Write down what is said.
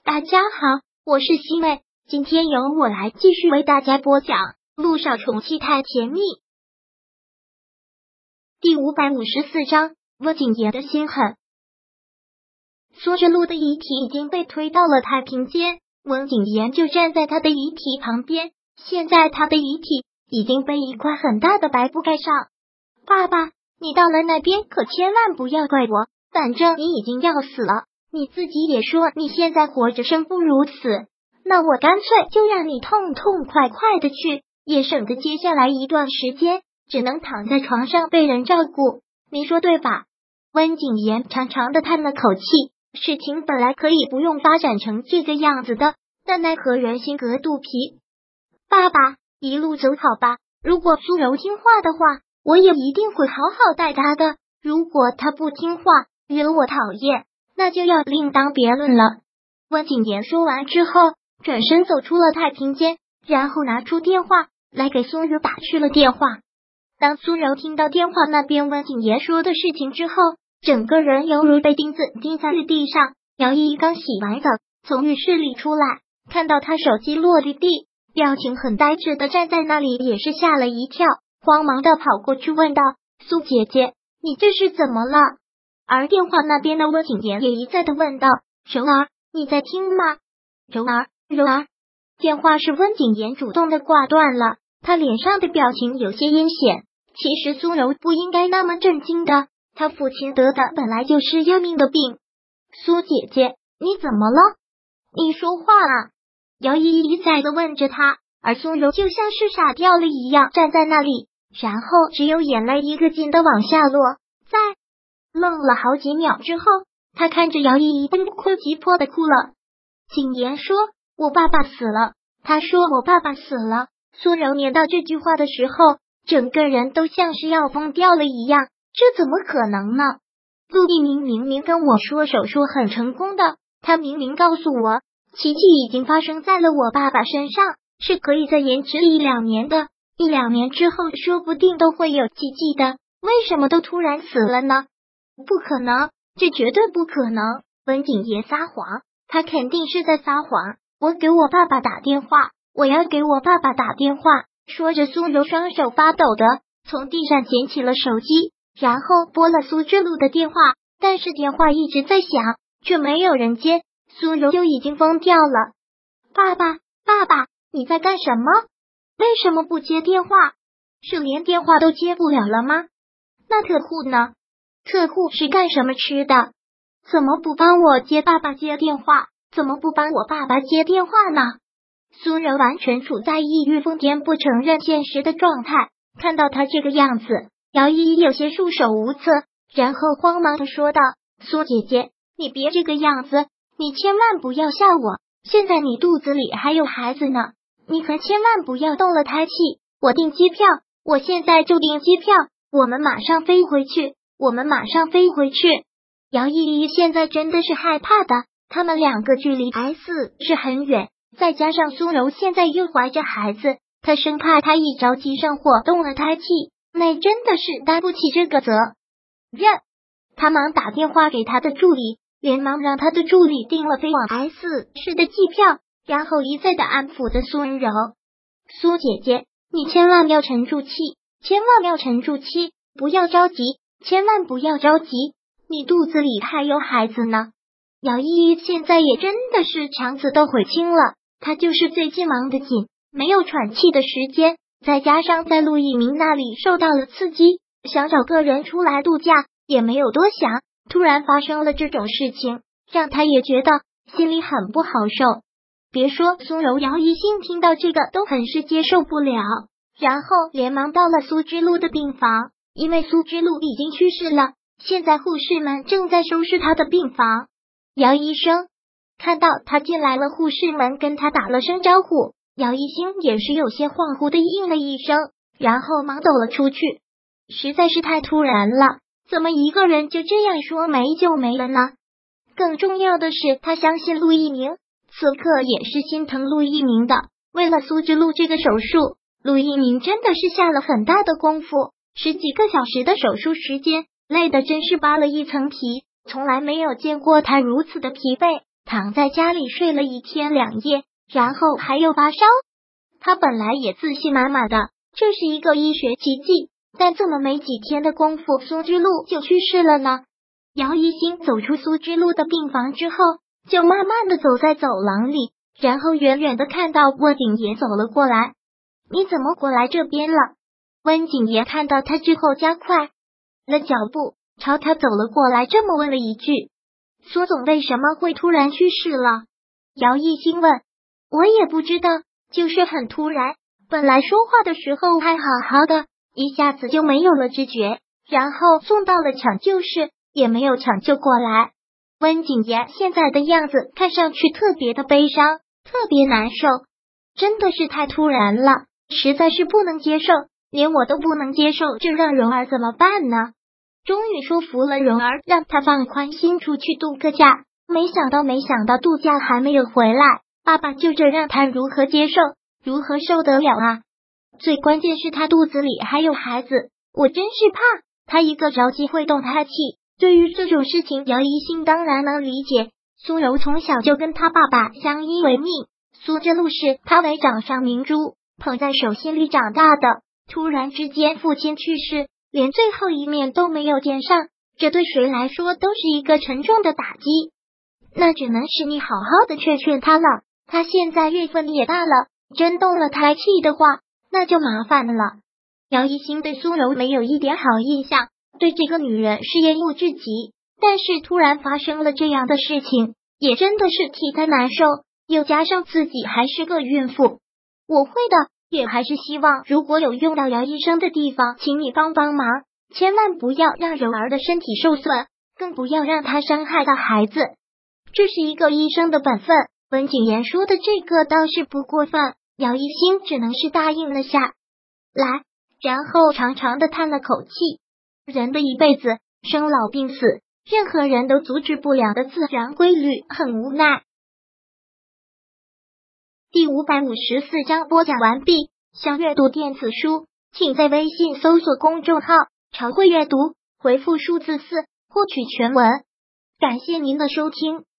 大家好，我是西妹，今天由我来继续为大家播讲《陆少宠妻太甜蜜》第554章温景言的心狠。苏之路的遗体已经被推到了太平间，温景言就站在他的遗体旁边，现在他的遗体已经被一块很大的白布盖上。爸爸，你到了那边可千万不要怪我，反正你已经要死了，你自己也说你现在活着生不如死，那我干脆就让你痛痛快快的去，也省得接下来一段时间只能躺在床上被人照顾，你说对吧？温景言长长的叹了口气，事情本来可以不用发展成这个样子的，但奈何人心隔肚皮。爸爸，一路走好吧，如果苏柔听话的话，我也一定会好好待她的，如果她不听话，惹我讨厌，那就要另当别论了。温景言说完之后，转身走出了太平间，然后拿出电话来给苏柔打去了电话。当苏柔听到电话那边温景言说的事情之后，整个人犹如被钉子钉在了地上。姚依依刚洗完澡从浴室里出来，看到他手机落了地，表情很呆滞的站在那里，也是吓了一跳，慌忙的跑过去问道：苏姐姐，你这是怎么了？而电话那边的温景言也一再的问道：柔儿，你在听吗？柔儿，柔儿。电话是温景言主动的挂断了，他脸上的表情有些阴险。其实苏柔不应该那么震惊的，他父亲得的本来就是要命的病。苏姐姐，你怎么了？你说话啊！姚依依一再的问着他，而苏柔就像是傻掉了一样站在那里，然后只有眼泪一个劲的往下落。在愣了好几秒之后，他看着姚依依崩溃急迫的哭了。景言说：我爸爸死了。他说我爸爸死了。苏柔念到这句话的时候，整个人都像是要疯掉了一样，这怎么可能呢？陆一鸣明明跟我说手术很成功的，他明明告诉我奇迹已经发生在了我爸爸身上，是可以再延迟1-2年的，1-2年之后说不定都会有奇迹的，为什么都突然死了呢？不可能，这绝对不可能。温景言撒谎，他肯定是在撒谎。我给我爸爸打电话，我要给我爸爸打电话。说着，苏柔双手发抖的从地上捡起了手机，然后拨了苏之路的电话，但是电话一直在响，却没有人接。苏柔就已经疯掉了。爸爸，爸爸，你在干什么？为什么不接电话？是连电话都接不了了吗？那特护呢？特护是干什么吃的？怎么不帮我接爸爸接电话？怎么不帮我爸爸接电话呢？苏柔完全处在抑郁疯癫不承认现实的状态，看到他这个样子，姚依依有些束手无策，然后慌忙的说道：苏姐姐，你别这个样子，你千万不要吓我，现在你肚子里还有孩子呢，你可千万不要动了胎气，我订机票，我现在就订机票，我们马上飞回去，我们马上飞回去。姚依依现在真的是害怕的，他们两个距离 S 是很远，再加上苏柔现在又怀着孩子，他生怕他一着急上火动了胎气，那真的是担不起这个责任。他忙打电话给他的助理，连忙让他的助理订了飞往 S 市的机票，然后一再的安抚着苏柔。苏姐姐，你千万要沉住气，千万要沉住气，不要着急，千万不要着急，你肚子里还有孩子呢。姚依依现在也真的是肠子都悔青了，她就是最近忙得紧，没有喘气的时间，再加上在陆一鸣那里受到了刺激，想找个人出来度假也没有多想，突然发生了这种事情，让她也觉得心里很不好受。别说苏柔，姚一兴听到这个都很是接受不了，然后连忙到了苏之路的病房，因为苏之路已经去世了，现在护士们正在收拾他的病房。姚医生看到他进来了，护士们跟他打了声招呼，姚一兴也是有些恍惚的应了一声，然后忙走了出去。实在是太突然了，怎么一个人就这样说没就没了呢？更重要的是，他相信陆一鸣，此刻也是心疼陆一鸣的。为了苏之路这个手术，陆一鸣真的是下了很大的功夫，10几个小时的手术时间，累得真是扒了一层皮，从来没有见过他如此的疲惫。 躺在家里睡了1天2夜，然后还有发烧。他本来也自信满满的，这是一个医学奇迹，但怎么没几天的功夫，苏之路就去世了呢？姚一新走出苏之路的病房之后，就慢慢的走在走廊里，然后远远的看到温景言走了过来。你怎么过来这边了？温景言看到他之后加快了脚步，朝他走了过来，这么问了一句：苏总为什么会突然去世了？姚一新问。我也不知道，就是很突然，本来说话的时候还好好的，一下子就没有了知觉，然后送到了抢救室，也没有抢救过来。温景言现在的样子看上去特别的悲伤，特别难受，真的是太突然了，实在是不能接受，连我都不能接受，这让蓉儿怎么办呢？终于说服了蓉儿，让她放宽心出去度个假，没想到度假还没有回来，爸爸就这让他如何接受，如何受得了啊？最关键是他肚子里还有孩子，我真是怕他一个着急会动胎气。对于这种事情，姚一新当然能理解。苏柔从小就跟他爸爸相依为命，苏之路是他为掌上明珠，捧在手心里长大的。突然之间父亲去世，连最后一面都没有见上，这对谁来说都是一个沉重的打击。那只能是你好好的劝劝他了，他现在月份也大了，真动了胎气的话，那就麻烦了。姚一新对苏柔没有一点好印象，对这个女人是厌恶至极，但是突然发生了这样的事情，也真的是替他难受，又加上自己还是个孕妇。我会的，也还是希望如果有用到姚医生的地方，请你帮帮忙，千万不要让柔儿的身体受损，更不要让她伤害到孩子，这是一个医生的本分。温景言说的这个倒是不过分，姚一新只能是答应了下来，然后长长的叹了口气。人的一辈子，生老病死，任何人都阻止不了的自然规律，很无奈。第554章播讲完毕。想阅读电子书，请在微信搜索公众号常会阅读，回复数字4获取全文。感谢您的收听。